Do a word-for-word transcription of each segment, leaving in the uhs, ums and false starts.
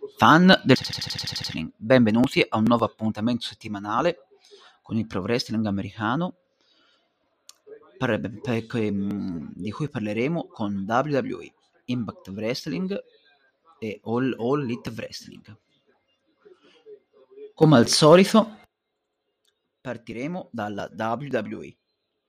Fan del wrestling, benvenuti a un nuovo appuntamento settimanale con il pro wrestling americano per, per, per, di cui parleremo con W W E, Impact Wrestling e All, All Elite Wrestling. Come al solito partiremo dalla W W E,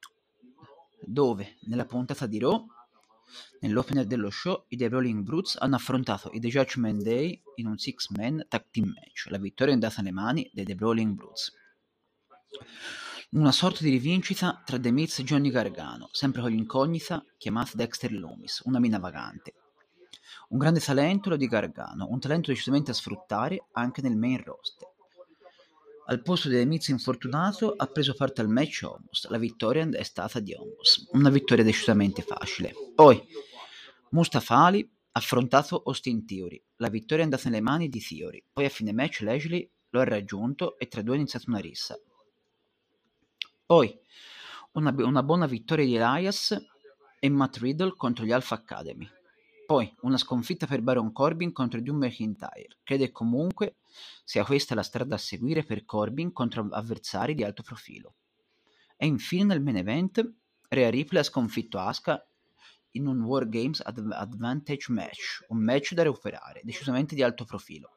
dove nella puntata di Raw, nell'opener dello show, i The Rolling Brutes hanno affrontato i The Judgment Day in un six-man tag team match. La vittoria è andata alle mani dei The Rolling Brutes. Una sorta di rivincita tra The Miz e Johnny Gargano, sempre con l'incognita chiamata Dexter Loomis, una mina vagante. Un grande talento quello di Gargano, un talento decisamente a sfruttare anche nel main roster. Al posto di The Miz infortunato ha preso parte al match Omos. La vittoria è stata di Omos, una vittoria decisamente facile. Poi Mustafa Ali ha affrontato Austin Theory. La vittoria è andata nelle mani di Theory. Poi a fine match Lashley lo ha raggiunto e tra due è iniziata una rissa. Poi una, una buona vittoria di Elias e Matt Riddle contro gli Alpha Academy. Poi una sconfitta per Baron Corbin contro Drew McIntyre. Crede comunque sia questa la strada a seguire per Corbin contro avversari di alto profilo. E infine nel main event Rhea Ripley ha sconfitto Asuka in un War Games Ad- Advantage match, un match da recuperare, decisamente di alto profilo.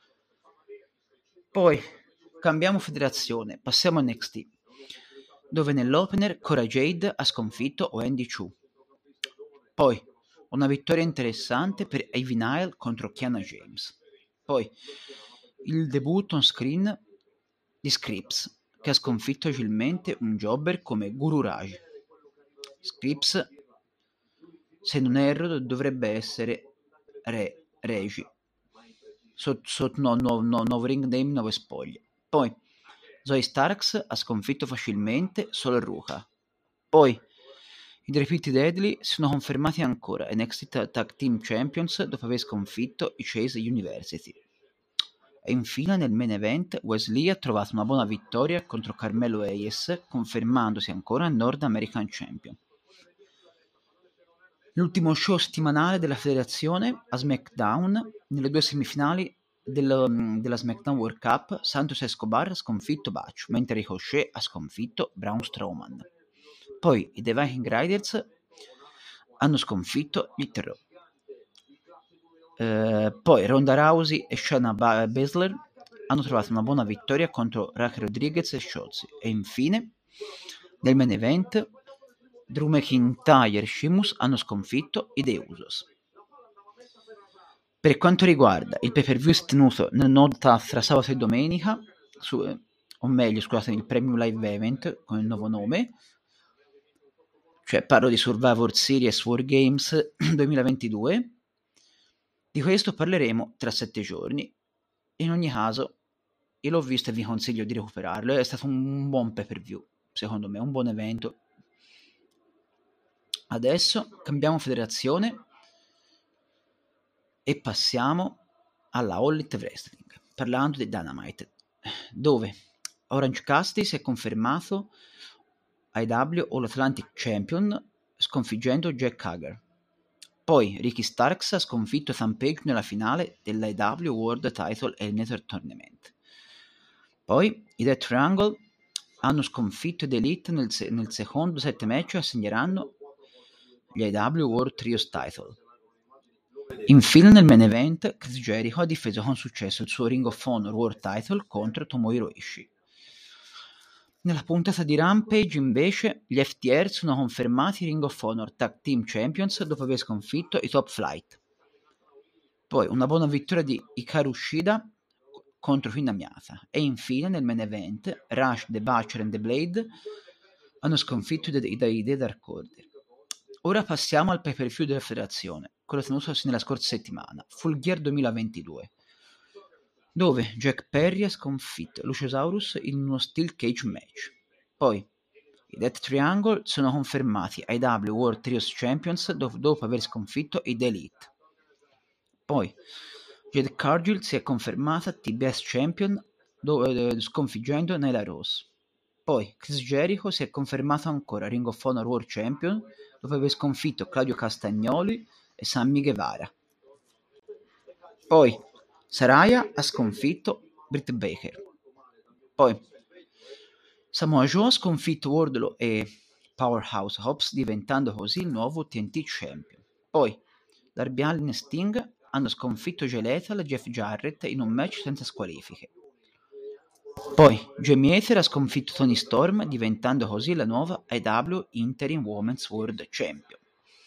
Poi cambiamo federazione, passiamo a N X T, dove nell'opener Cora Jade ha sconfitto Wendy Chu. Poi una vittoria interessante per Ivy Nile contro Kiana James. Poi il debutto on screen di Scripps, che ha sconfitto agilmente un jobber come Guru Raj. Scripps, se non erro, dovrebbe essere Re, Regi. Sotto so, no, no, no, nuovo ring name, nuove spoglie. Poi Zoe Starks ha sconfitto facilmente solo Ruka. Poi i Repeat Deadly sono confermati ancora N X T Tag Team Champions dopo aver sconfitto i Chase University. E infine nel main event Wesley ha trovato una buona vittoria contro Carmelo Hayes, confermandosi ancora Nord American Champion. L'ultimo show settimanale della federazione a SmackDown, nelle due semifinali del, della SmackDown World Cup, Santos Escobar ha sconfitto Butch, mentre Ricochet ha sconfitto Braun Strowman. Poi i The Viking Riders hanno sconfitto gli Terror. Eh, poi Ronda Rousey e Shayna Baszler hanno trovato una buona vittoria contro Raquel Rodriguez e Shotzi. E infine, nel main event, Drew McIntyre e Sheamus hanno sconfitto i The Usos. Per quanto riguarda il pay-per-view tenuto nel nota tra sabato e domenica, su, o meglio, scusate, il Premium Live Event con il nuovo nome, cioè parlo di Survivor Series War Games duemilaventidue, di questo parleremo tra sette giorni. In ogni caso, io l'ho visto e vi consiglio di recuperarlo, è stato un buon pay-per-view, secondo me, un buon evento. Adesso cambiamo federazione e passiamo alla All Elite Wrestling, parlando di Dynamite, dove Orange Cassidy si è confermato I W All Atlantic Champion sconfiggendo Jack Hager. Poi Ricky Starks ha sconfitto Ethan Page nella finale dell'I W World Title Eliminator Tournament. Poi i Death Triangle hanno sconfitto The Elite nel, se- nel secondo set match e assegneranno gli I W World Trios Title. Infine nel main event Chris Jericho ha difeso con successo il suo Ring of Honor World Title contro Tomohiro Ishii. Nella puntata di Rampage invece gli F T R sono confermati Ring of Honor Tag Team Champions dopo aver sconfitto i Top Flight. Poi una buona vittoria di Hikaru Shida contro Hinamiata. E infine nel main event Rush, The Butcher e The Blade hanno sconfitto i The Dark Order. Ora passiamo al pay-per-view della federazione, quello tenutosi nella scorsa settimana, Full Gear duemilaventidue, dove Jack Perry ha sconfitto Luciosaurus in uno Steel Cage match. Poi i Death Triangle sono confermati I W World Trios Champions do- dopo aver sconfitto i The Elite. Poi Jade Cargill si è confermata T B S Champion do- eh, sconfiggendo Nyla Rose. Poi Chris Jericho si è confermato ancora Ring of Honor World Champion dopo aver sconfitto Claudio Castagnoli e Sammy Guevara. Poi Saraya ha sconfitto Britt Baker. Poi Samoa Joe ha sconfitto Wardlow e Powerhouse Hobbs, diventando così il nuovo T N T Champion. Poi Darby Allin e Sting hanno sconfitto Jay Lethal e Jeff Jarrett in un match senza squalifiche. Poi Jamie Hayter ha sconfitto Tony Storm, diventando così la nuova A E W Interim Women's World Champion.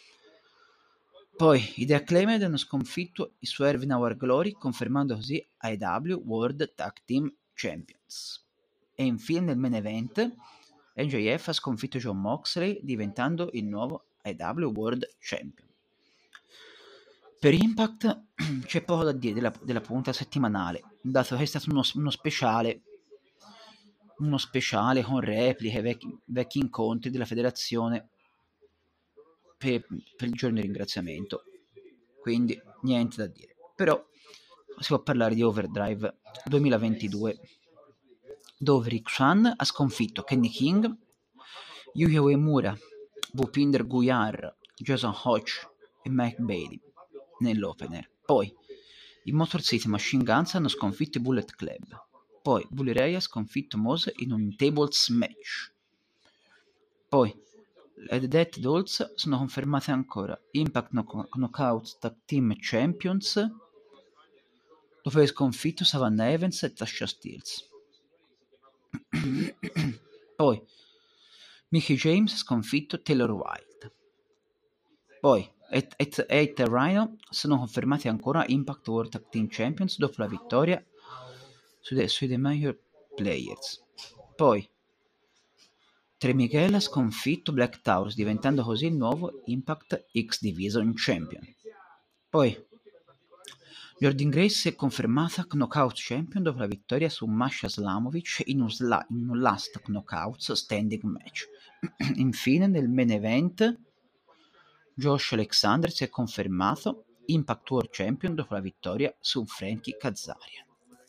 Poi i The Acclaimed hanno sconfitto i Swerve in Our Glory, confermando così A E W World Tag Team Champions. E infine nel main event M J F ha sconfitto Jon Moxley, diventando il nuovo A E W World Champion. Per Impact c'è poco da dire della, della punta settimanale, dato che è stato uno, uno speciale uno speciale con repliche, vecchi, vecchi incontri della federazione per, per il giorno di ringraziamento, quindi niente da dire. Però si può parlare di Overdrive duemilaventidue, dove Rick Swan ha sconfitto Kenny King, Yuya Uemura, Bhupinder Guyar, Jason Hodge e Mike Bailey nell'opener. Poi i Motor City Machine Guns hanno sconfitto i Bullet Club. Poi Bully Ray ha sconfitto Moose in un tables match. Poi le The Death Dolls sono confermate ancora Impact Knock- Knockout Tag Team Champions dopo aver sconfitto Savannah Evans e Tasha Steelz. Poi Mickie James ha sconfitto Taylor Wilde. Poi Eight e Rhino sono confermati ancora Impact World Tag Team Champions dopo la vittoria sui, sui The Major Players. Poi Trey Miguel ha sconfitto Black Taurus, diventando così il nuovo Impact X Division Champion. Poi Jordynne Grace si è confermata Knockout Champion dopo la vittoria su Masha Slamovich in un, sla- in un Last Knockouts Standing Match. Infine nel main event Josh Alexander si è confermato Impact World Champion dopo la vittoria su Frankie Kazarian.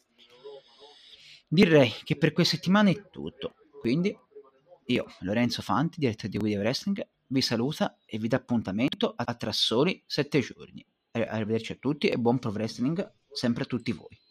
Direi che per questa settimana è tutto, quindi io, Lorenzo Fanti, direttore di We The Wrestling, vi saluta e vi dà appuntamento a tra soli sette giorni. Arrivederci a tutti e buon pro wrestling sempre a tutti voi.